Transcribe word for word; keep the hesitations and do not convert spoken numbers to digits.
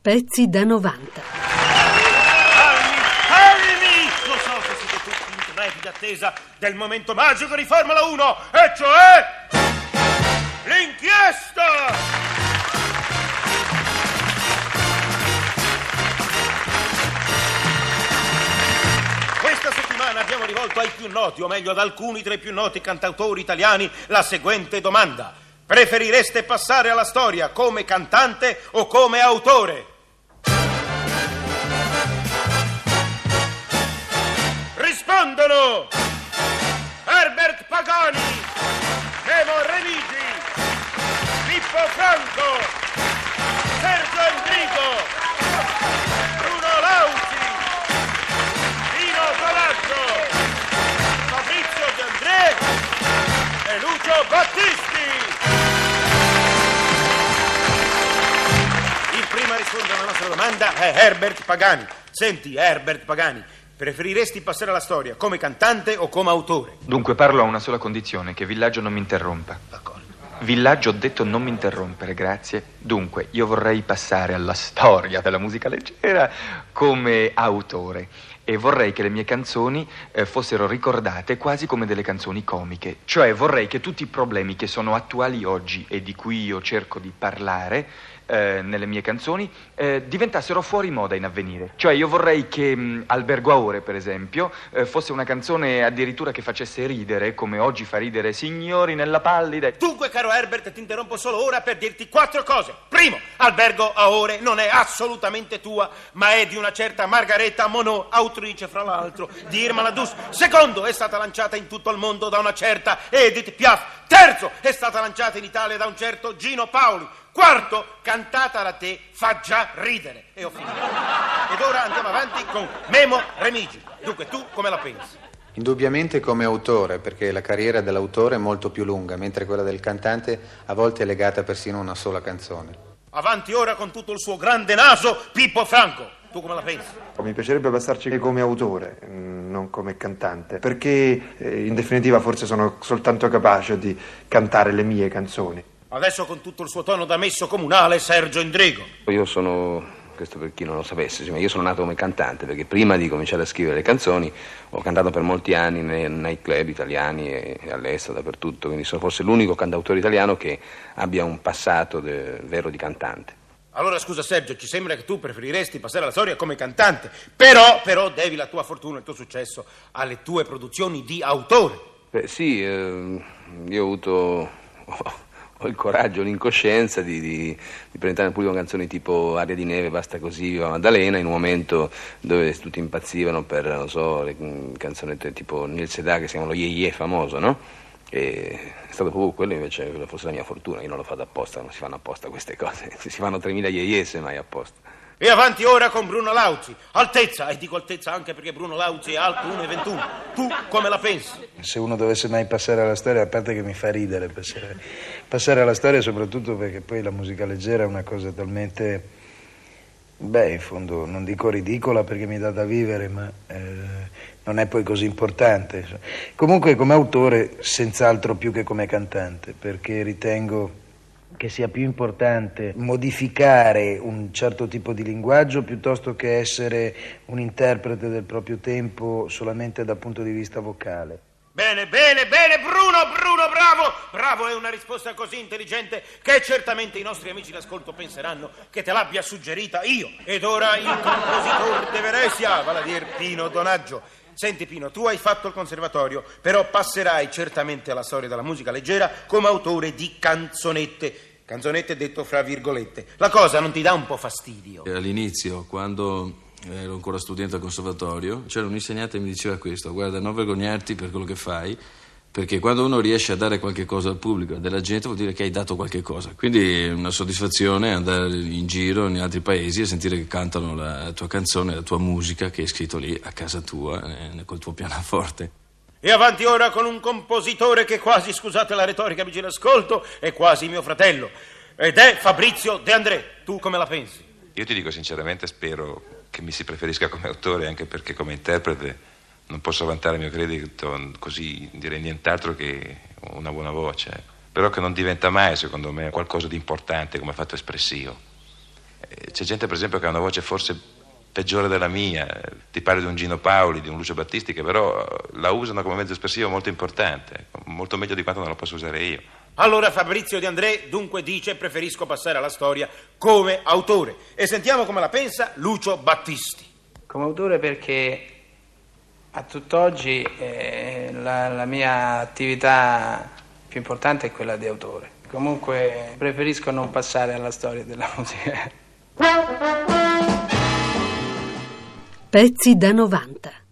Pezzi da novanta. Calmi, lo so che siete tutti in trepida attesa del momento magico di Formula uno, e cioè l'inchiesta! Questa settimana abbiamo rivolto ai più noti, o meglio ad alcuni tra i più noti cantautori italiani, la seguente domanda: preferireste passare alla storia come cantante o come autore? Rispondono Herbert Pagani, Memo Remigi, Pippo Franco, Sergio Endrigo, Bruno Lauzi, Pino Coraggio, Fabrizio De André e Lucio Battisti. Il primo a rispondere alla nostra domanda è Herbert Pagani. Senti, Herbert Pagani, preferiresti passare alla storia come cantante o come autore? Dunque parlo a una sola condizione, che Villaggio non mi interrompa. D'accordo. Villaggio, ho detto non mi interrompere, grazie. Dunque, io vorrei passare alla storia della musica leggera come autore e vorrei che le mie canzoni eh, fossero ricordate quasi come delle canzoni comiche. Cioè vorrei che tutti i problemi che sono attuali oggi e di cui io cerco di parlare eh, nelle mie canzoni eh, diventassero fuori moda in avvenire. Cioè io vorrei che mh, Albergo a Ore, per esempio, eh, fosse una canzone addirittura che facesse ridere, come oggi fa ridere Signori nella pallida. Dunque, caro Herbert, ti interrompo solo ora per dirti quattro cose. Primo, Albergo a Ore non è assolutamente tua, ma è di una certa Margareta Monod, autrice fra l'altro di Irma la Dus. Secondo, è stata lanciata in tutto il mondo da una certa Edith Piaf. Terzo, è stata lanciata in Italia da un certo Gino Paoli. Quarto, cantata da te fa già ridere. E ho finito. Ed ora andiamo avanti con Memo Remigi. Dunque, tu come la pensi? Indubbiamente come autore, perché la carriera dell'autore è molto più lunga, mentre quella del cantante a volte è legata persino a una sola canzone. Avanti ora con tutto il suo grande naso, Pippo Franco. Tu come la pensi? Mi piacerebbe passarci come autore, non come cantante, perché in definitiva forse sono soltanto capace di cantare le mie canzoni. Adesso con tutto il suo tono da messo comunale, Sergio Endrigo. Io sono, questo per chi non lo sapesse, io sono nato come cantante, perché prima di cominciare a scrivere le canzoni ho cantato per molti anni nei nightclub italiani e all'estero, dappertutto, quindi sono forse l'unico cantautore italiano che abbia un passato de, vero di cantante. Allora scusa Sergio, ci sembra che tu preferiresti passare alla storia come cantante, però, però devi la tua fortuna, il tuo successo alle tue produzioni di autore. Beh sì, eh, io ho avuto... ho il coraggio, l'incoscienza di, di, di presentare al pubblico canzoni tipo Aria di neve, Basta così, Viva Maddalena, in un momento dove tutti impazzivano per, non so, le canzonette tipo Nil Sedà che si chiamano Ye Ye, famoso, no? E è stato proprio quello invece che fosse la mia fortuna. Io non l'ho fatto apposta, non si fanno apposta queste cose, si fanno tremila Ye Ye semmai apposta. E avanti ora con Bruno Lauzi. Altezza, e dico altezza anche perché Bruno Lauzi è alto uno e ventuno. Tu come la pensi? Se uno dovesse mai passare alla storia, a parte che mi fa ridere passare, passare alla storia, soprattutto perché poi la musica leggera è una cosa talmente, beh, in fondo non dico ridicola perché mi dà da vivere, ma eh, non è poi così importante. Comunque come autore senz'altro più che come cantante, perché ritengo che sia più importante modificare un certo tipo di linguaggio piuttosto che essere un interprete del proprio tempo solamente dal punto di vista vocale. Bene, bene, bene, Bruno, Bruno, bravo! Bravo, è una risposta così intelligente che certamente i nostri amici d'ascolto penseranno che te l'abbia suggerita io. Ed ora il compositore de Venezia, vale a dire Pino Donaggio. Senti Pino, tu hai fatto il conservatorio, però passerai certamente alla storia della musica leggera come autore di canzonette. Canzonette detto fra virgolette. La cosa non ti dà un po' fastidio? All'inizio, quando ero ancora studente al conservatorio, c'era un insegnante che mi diceva questo: guarda, non vergognarti per quello che fai, perché quando uno riesce a dare qualche cosa al pubblico, della gente, vuol dire che hai dato qualche cosa. Quindi è una soddisfazione andare in giro in altri paesi e sentire che cantano la tua canzone, la tua musica che hai scritto lì a casa tua, eh, col tuo pianoforte. E avanti ora con un compositore che quasi, scusate la retorica, amici d'ascolto, è quasi mio fratello, ed è Fabrizio De André. Tu come la pensi? Io ti dico sinceramente, spero che mi si preferisca come autore, anche perché come interprete non posso vantare il mio credito, così direi nient'altro che una buona voce, però che non diventa mai, secondo me, qualcosa di importante come fatto espressivo. Eh, c'è gente, per esempio, che ha una voce forse peggiore della mia, ti parlo di un Gino Paoli, di un Lucio Battisti, che però la usano come mezzo espressivo molto importante, molto meglio di quanto non lo posso usare io. Allora Fabrizio De André dunque dice: preferisco passare alla storia come autore. E sentiamo come la pensa Lucio Battisti. Come autore perché a tutt'oggi eh, la, la mia attività più importante è quella di autore. Comunque preferisco non passare alla storia della musica. Pezzi da novanta.